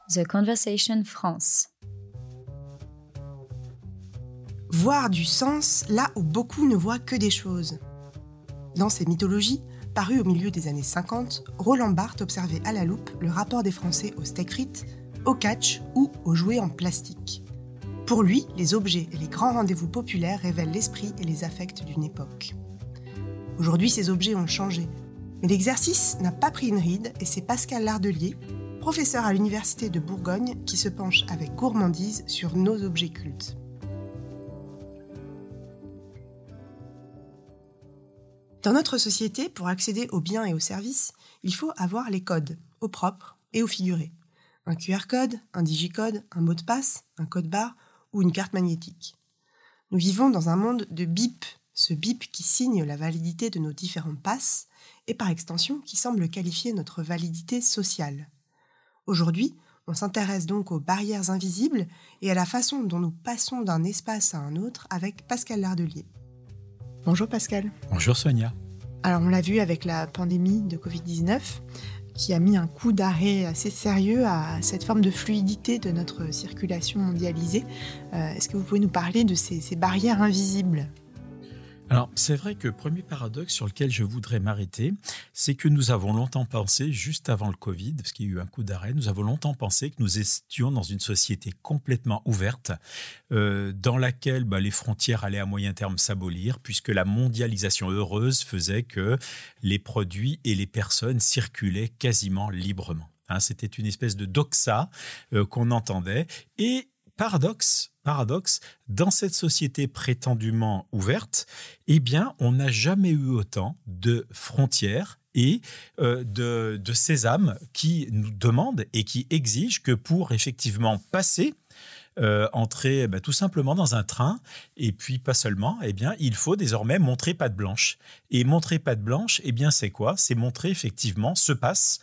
The Conversation France. Voir du sens là où beaucoup ne voient que des choses. Dans ses mythologies, parues au milieu des années 50, Roland Barthes observait à la loupe le rapport des Français aux steak frites, au catch ou aux jouets en plastique. Pour lui, les objets et les grands rendez-vous populaires révèlent l'esprit et les affects d'une époque. Aujourd'hui, ces objets ont changé. Mais l'exercice n'a pas pris une ride et c'est Pascal Lardelier, professeur à l'Université de Bourgogne, qui se penche avec gourmandise sur nos objets cultes. Dans notre société, pour accéder aux biens et aux services, il faut avoir les codes, au propre et au figuré. Un QR code, un digicode, un mot de passe, un code barre ou une carte magnétique. Nous vivons dans un monde de bip, ce bip qui signe la validité de nos différents passes et par extension qui semble qualifier notre validité sociale. Aujourd'hui, on s'intéresse donc aux barrières invisibles et à la façon dont nous passons d'un espace à un autre avec Pascal Lardelier. Bonjour Pascal. Bonjour Sonia. Alors on l'a vu avec la pandémie de Covid-19 qui a mis un coup d'arrêt assez sérieux à cette forme de fluidité de notre circulation mondialisée. Est-ce que vous pouvez nous parler de ces barrières invisibles ? Alors, c'est vrai que le premier paradoxe sur lequel je voudrais m'arrêter, c'est que nous avons longtemps pensé, juste avant le Covid, parce qu'il y a eu un coup d'arrêt, nous avons longtemps pensé que nous étions dans une société complètement ouverte, dans laquelle les frontières allaient à moyen terme s'abolir, puisque la mondialisation heureuse faisait que les produits et les personnes circulaient quasiment librement. C'était une espèce de doxa qu'on entendait. Et paradoxe, dans cette société prétendument ouverte, on n'a jamais eu autant de frontières et de sésame qui nous demandent et qui exigent que pour effectivement passer, entrer tout simplement dans un train et puis pas seulement, il faut désormais montrer patte blanche. Et montrer patte blanche, c'est quoi ? C'est montrer effectivement ce passe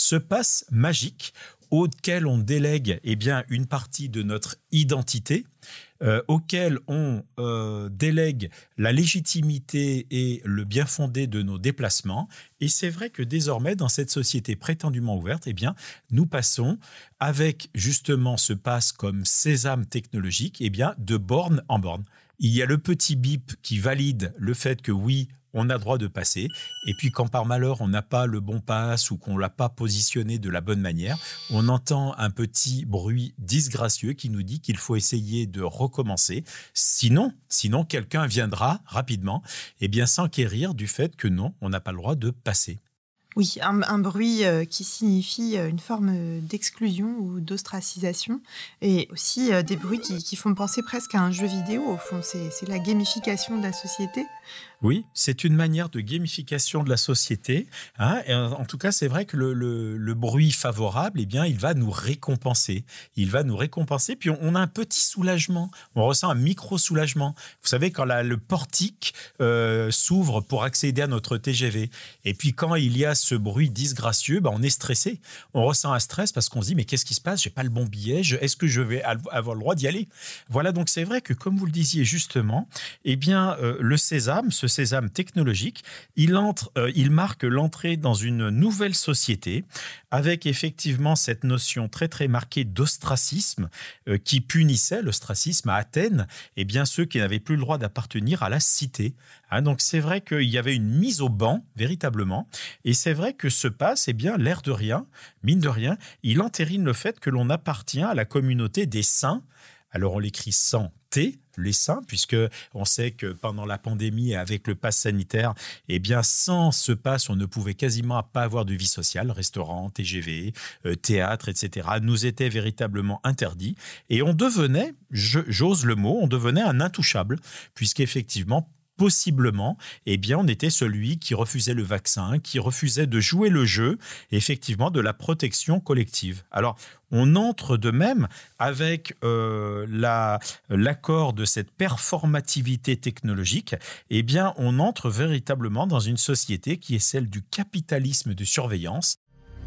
magique auquel on délègue une partie de notre identité, auquel on délègue la légitimité et le bien fondé de nos déplacements. Et c'est vrai que désormais, dans cette société prétendument ouverte, nous passons avec justement ce passe comme sésame technologique, de borne en borne. Il y a le petit bip qui valide le fait que oui, on a droit de passer. Et puis, quand par malheur, on n'a pas le bon pass ou qu'on ne l'a pas positionné de la bonne manière, on entend un petit bruit disgracieux qui nous dit qu'il faut essayer de recommencer. Sinon quelqu'un viendra rapidement s'enquérir du fait que non, on n'a pas le droit de passer. Oui, un bruit qui signifie une forme d'exclusion ou d'ostracisation et aussi des bruits qui font penser presque à un jeu vidéo. Au fond, c'est la gamification de la société. Oui, c'est une manière de gamification de la société. Et en tout cas, c'est vrai que le bruit favorable, il va nous récompenser. Puis on a un petit soulagement. On ressent un micro-soulagement. Vous savez, quand le portique s'ouvre pour accéder à notre TGV. Et puis quand il y a ce bruit disgracieux, on est stressé. On ressent un stress parce qu'on se dit, mais qu'est-ce qui se passe ? J'ai pas le bon billet. Est-ce que je vais avoir le droit d'y aller ? Voilà, donc c'est vrai que comme vous le disiez justement, le sésame, ce sésame technologique, il marque l'entrée dans une nouvelle société avec effectivement cette notion très très marquée d'ostracisme qui punissait l'ostracisme à Athènes, ceux qui n'avaient plus le droit d'appartenir à la cité. Donc c'est vrai qu'il y avait une mise au ban véritablement, et c'est vrai que ce passe, l'air de rien, mine de rien, il entérine le fait que l'on appartient à la communauté des saints. Alors on l'écrit sans T, les saints, puisque on sait que pendant la pandémie et avec le pass sanitaire, sans ce pass, on ne pouvait quasiment pas avoir de vie sociale, restaurant, TGV, théâtre, etc. nous était véritablement interdit. Et on devenait, j'ose le mot, on devenait un intouchable, puisqu'effectivement, possiblement, on était celui qui refusait le vaccin, qui refusait de jouer le jeu, effectivement, de la protection collective. Alors, on entre de même avec l'accord de cette performativité technologique, on entre véritablement dans une société qui est celle du capitalisme de surveillance.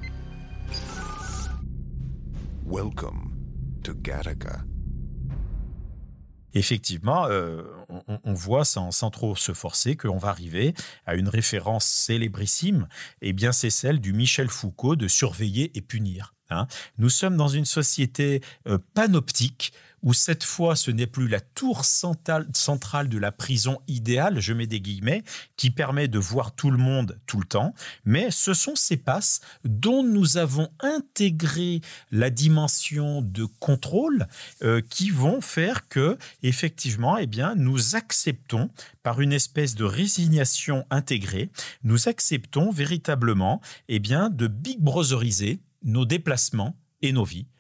Welcome to Gattaca. Effectivement, on voit sans trop se forcer qu'on va arriver à une référence célébrissime, c'est celle du Michel Foucault de surveiller et punir. Nous sommes dans une société panoptique où cette fois, ce n'est plus la tour centrale de la prison idéale, je mets des guillemets, qui permet de voir tout le monde tout le temps, mais ce sont ces passes dont nous avons intégré la dimension de contrôle qui vont faire que, effectivement, nous acceptons, par une espèce de résignation intégrée, nous acceptons véritablement de big brotheriser nos déplacements et nos vies.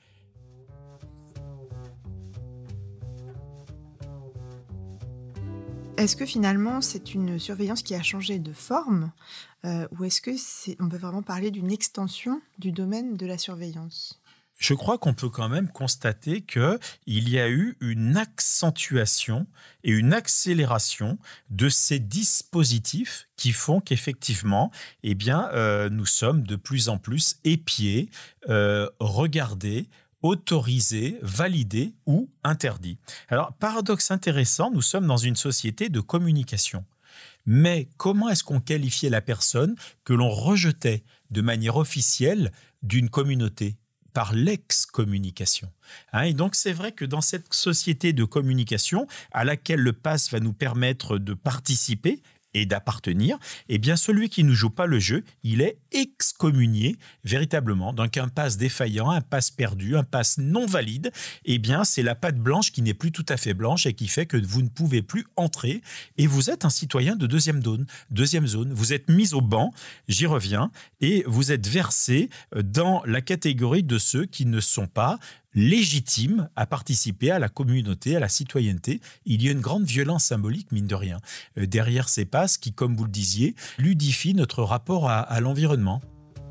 Est-ce que finalement c'est une surveillance qui a changé de forme ou est-ce que on peut vraiment parler d'une extension du domaine de la surveillance ? Je crois qu'on peut quand même constater qu'il y a eu une accentuation et une accélération de ces dispositifs qui font qu'effectivement, nous sommes de plus en plus épiés, regardés, autorisé, validé ou interdit. Alors, paradoxe intéressant, nous sommes dans une société de communication. Mais comment est-ce qu'on qualifiait la personne que l'on rejetait de manière officielle d'une communauté ? Par l'ex-communication. Et donc, c'est vrai que dans cette société de communication à laquelle le pass va nous permettre de participer et d'appartenir, celui qui ne joue pas le jeu, il est excommunié véritablement. Donc un pass défaillant, un pass perdu, un pass non valide, c'est la patte blanche qui n'est plus tout à fait blanche et qui fait que vous ne pouvez plus entrer et vous êtes un citoyen de deuxième zone. Vous êtes mis au banc, j'y reviens, et vous êtes versé dans la catégorie de ceux qui ne sont pas légitimes à participer à la communauté, à la citoyenneté. Il y a une grande violence symbolique, mine de rien, derrière ces passes qui, comme vous le disiez, ludifient notre rapport à l'environnement.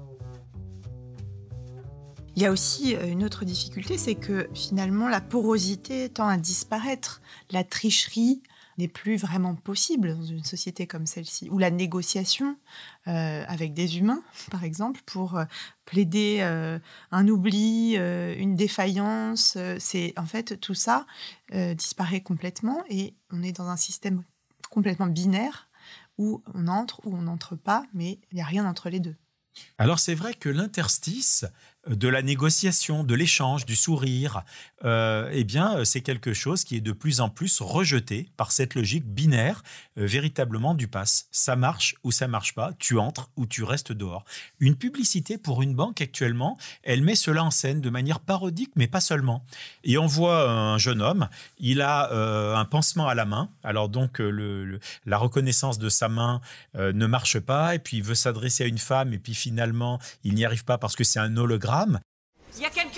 Il y a aussi une autre difficulté, c'est que finalement la porosité tend à disparaître. La tricherie n'est plus vraiment possible dans une société comme celle-ci, ou la négociation avec des humains, par exemple, pour plaider un oubli, une défaillance. En fait, tout ça disparaît complètement et on est dans un système complètement binaire où on entre ou on n'entre pas, mais il n'y a rien entre les deux. Alors c'est vrai que l'interstice de la négociation, de l'échange, du sourire, c'est quelque chose qui est de plus en plus rejeté par cette logique binaire véritablement du pass. Ça marche ou ça marche pas, tu entres ou tu restes dehors. Une publicité pour une banque actuellement, elle met cela en scène de manière parodique, mais pas seulement. Et on voit un jeune homme, il a un pansement à la main, alors donc la reconnaissance de sa main ne marche pas, et puis il veut s'adresser à une femme, et puis finalement il n'y arrive pas parce que c'est un hologramme. Il y a quelqu'un ?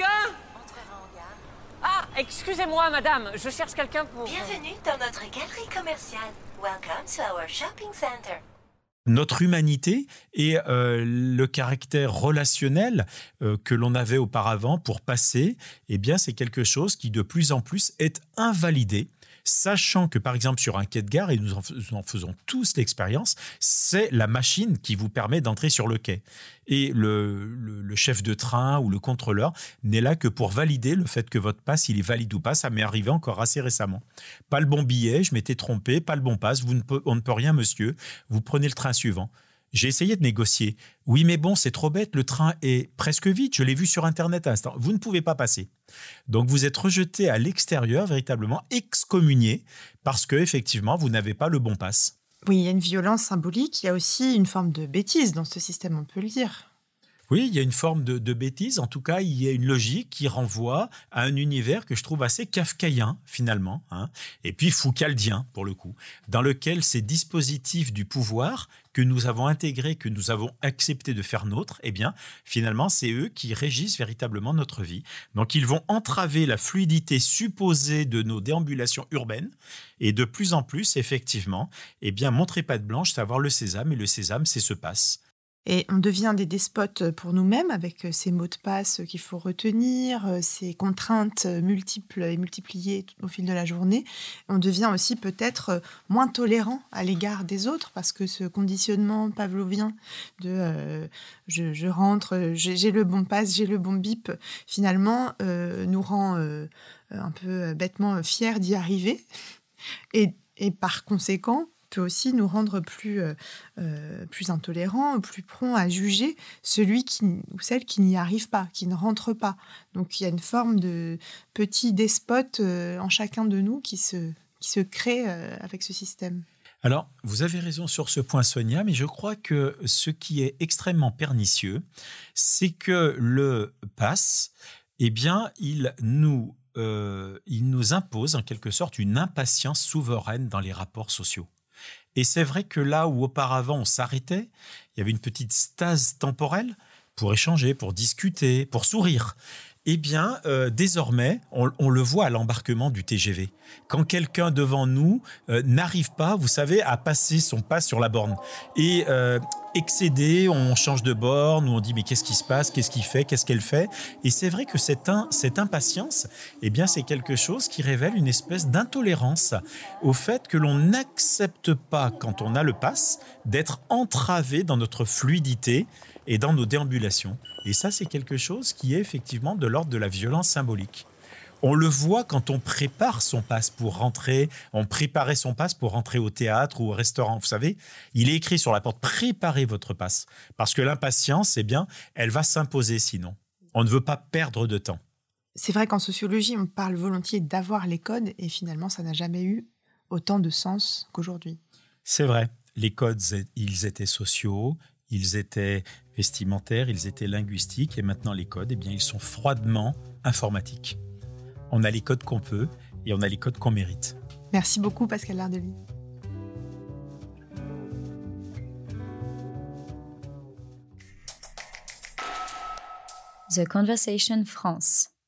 Ah, excusez-moi, madame, je cherche quelqu'un pour... Bienvenue dans notre galerie commerciale. Welcome to our shopping center. Notre humanité et le caractère relationnel que l'on avait auparavant pour passer, c'est quelque chose qui de plus en plus est invalidé. Sachant que, par exemple, sur un quai de gare, et nous en faisons tous l'expérience, c'est la machine qui vous permet d'entrer sur le quai. Et le chef de train ou le contrôleur n'est là que pour valider le fait que votre passe, il est valide ou pas. Ça m'est arrivé encore assez récemment. Pas le bon billet, je m'étais trompé, pas le bon passe, on ne peut rien, monsieur. Vous prenez le train suivant. J'ai essayé de négocier. Oui, mais bon, c'est trop bête, le train est presque vide, je l'ai vu sur Internet à l'instant. Vous ne pouvez pas passer. Donc, vous êtes rejeté à l'extérieur, véritablement excommunié, parce que effectivement, vous n'avez pas le bon pass. Oui, il y a une violence symbolique, il y a aussi une forme de bêtise dans ce système, on peut le dire. Oui, il y a une forme de bêtise. En tout cas, il y a une logique qui renvoie à un univers que je trouve assez kafkaïen, finalement, et puis foucaldien, pour le coup, dans lequel ces dispositifs du pouvoir que nous avons intégrés, que nous avons accepté de faire nôtre, finalement, c'est eux qui régissent véritablement notre vie. Donc, ils vont entraver la fluidité supposée de nos déambulations urbaines et de plus en plus, effectivement, montrer patte blanche, c'est avoir le sésame, et le sésame, c'est ce passe. Et on devient des despotes pour nous-mêmes avec ces mots de passe qu'il faut retenir, ces contraintes multiples et multipliées au fil de la journée. On devient aussi peut-être moins tolérant à l'égard des autres parce que ce conditionnement pavlovien de je rentre, j'ai le bon passe, j'ai le bon bip, finalement nous rend un peu bêtement fiers d'y arriver. Et par conséquent, peut aussi nous rendre plus intolérants, plus prompts à juger celui ou celle qui n'y arrive pas, qui ne rentre pas. Donc il y a une forme de petit despote en chacun de nous qui se crée avec ce système. Alors, vous avez raison sur ce point, Sonia, mais je crois que ce qui est extrêmement pernicieux, c'est que le pass, eh bien, il nous impose en quelque sorte une impatience souveraine dans les rapports sociaux. Et c'est vrai que là où auparavant on s'arrêtait, il y avait une petite stase temporelle pour échanger, pour discuter, pour sourire. Eh bien, désormais, on le voit à l'embarquement du TGV. Quand quelqu'un devant nous n'arrive pas, vous savez, à passer son pas sur la borne et excédé, on change de borne, ou on dit mais qu'est-ce qui se passe, qu'est-ce qu'il fait, qu'est-ce qu'elle fait. Et c'est vrai que cette impatience, eh bien, c'est quelque chose qui révèle une espèce d'intolérance au fait que l'on n'accepte pas, quand on a le pass, d'être entravé dans notre fluidité et dans nos déambulations. Et ça, c'est quelque chose qui est effectivement de l'ordre de la violence symbolique. On le voit quand on prépare son pass pour rentrer, on préparait son pass pour rentrer au théâtre ou au restaurant. Vous savez, il est écrit sur la porte « Préparez votre pass ». Parce que l'impatience, eh bien, elle va s'imposer sinon. On ne veut pas perdre de temps. C'est vrai qu'en sociologie, on parle volontiers d'avoir les codes et finalement, ça n'a jamais eu autant de sens qu'aujourd'hui. C'est vrai. Les codes, ils étaient sociaux, ils étaient vestimentaires, ils étaient linguistiques et maintenant les codes, eh bien, ils sont froidement informatiques. On a les codes qu'on peut et on a les codes qu'on mérite. Merci beaucoup Pascal Lardeli. The Conversation France.